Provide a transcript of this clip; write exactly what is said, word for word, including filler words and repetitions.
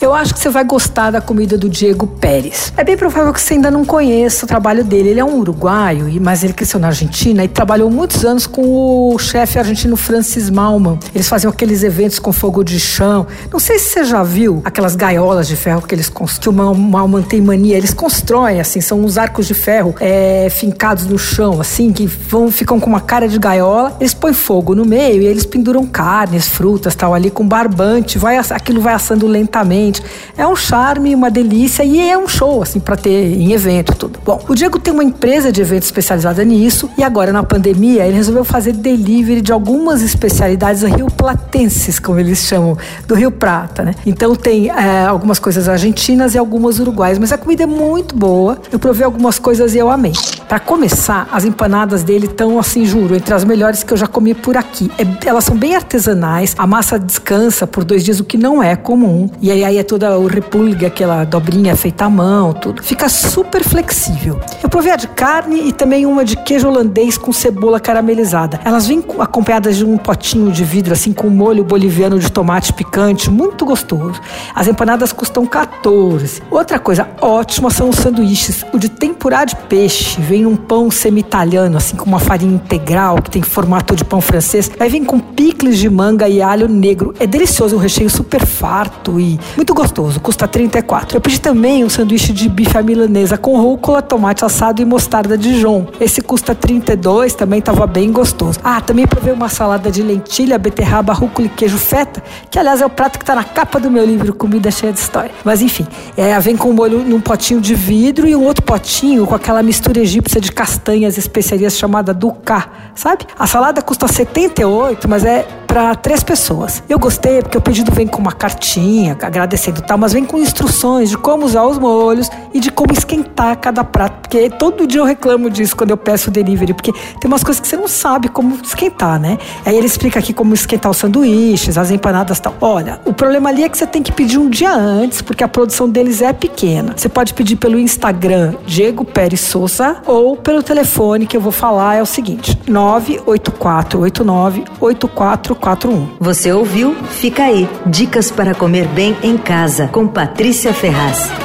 Eu acho que você vai gostar da comida do Diego Pérez. É bem provável que você ainda não conheça o trabalho dele. Ele é um uruguaio, mas ele cresceu na Argentina e trabalhou muitos anos com o chefe argentino Francis Mallmann. Eles faziam aqueles eventos com fogo de chão. Não sei se você já viu aquelas gaiolas de ferro que eles que o Mallmann tem mania. Eles constroem, assim, são uns arcos de ferro é, fincados no chão, assim, que vão, ficam com uma cara de gaiola. Eles põem fogo no meio e eles penduram carnes, frutas, tal, ali com barbante. Vai, aquilo vai assando lentamente. É um charme, uma delícia e é um show, assim, pra ter em evento, tudo. Bom, o Diego tem uma empresa de eventos especializada nisso e agora, na pandemia, ele resolveu fazer delivery de algumas especialidades rioplatenses, como eles chamam, do Rio Prata, né? Então tem é, algumas coisas argentinas e algumas uruguaias, mas a comida é muito boa. Eu provei algumas coisas e eu amei. Pra começar, as empanadas dele estão, assim, juro, entre as melhores que eu já comi por aqui. É, elas são bem artesanais, a massa descansa por dois dias, o que não é comum. E aí, aí é toda o repulgue, aquela dobrinha feita à mão, tudo. Fica super flexível. Eu provei a de carne e também uma de queijo holandês com cebola caramelizada. Elas vêm acompanhadas de um potinho de vidro, assim, com molho boliviano de tomate picante, muito gostoso. As empanadas custam quatorze. Outra coisa ótima são os sanduíches. O de tempurá de peixe vem num pão semi-italiano, assim, com uma farinha integral, que tem formato de pão francês. Aí vem com picles de manga e alho negro. É delicioso, um recheio super farto e muito gostoso. Custa trinta e quatro. Eu pedi também um sanduíche de bife à milanesa com rúcula, tomate assado e mostarda Dijon. Esse custa trinta e dois, também estava bem gostoso. Ah, também provei uma salada de lentilha, beterraba, rúcula e queijo feta, que aliás é o prato que está na capa do meu livro, Comida Cheia de História. Mas enfim, é, vem com um molho num potinho de vidro e um outro potinho com aquela mistura egípcia de castanhas e especiarias chamada dukkha, sabe? A salada custa setenta e oito, mas é para três pessoas. Eu gostei porque o pedido vem com uma cartinha, agradecendo e tal, mas vem com instruções de como usar os molhos e de como esquentar cada prato, porque todo dia eu reclamo disso quando eu peço delivery, porque tem umas coisas que você não sabe como esquentar, né? Aí ele explica aqui como esquentar os sanduíches, as empanadas e tal. Olha, o problema ali é que você tem que pedir um dia antes, porque a produção deles é pequena. Você pode pedir pelo Instagram Diego Pérez Souza ou pelo telefone que eu vou falar, é o seguinte, nove oito quatro oito nove oito quatro quatro um. Você ouviu? Fica aí. Dicas para comer bem em casa, com Patrícia Ferraz.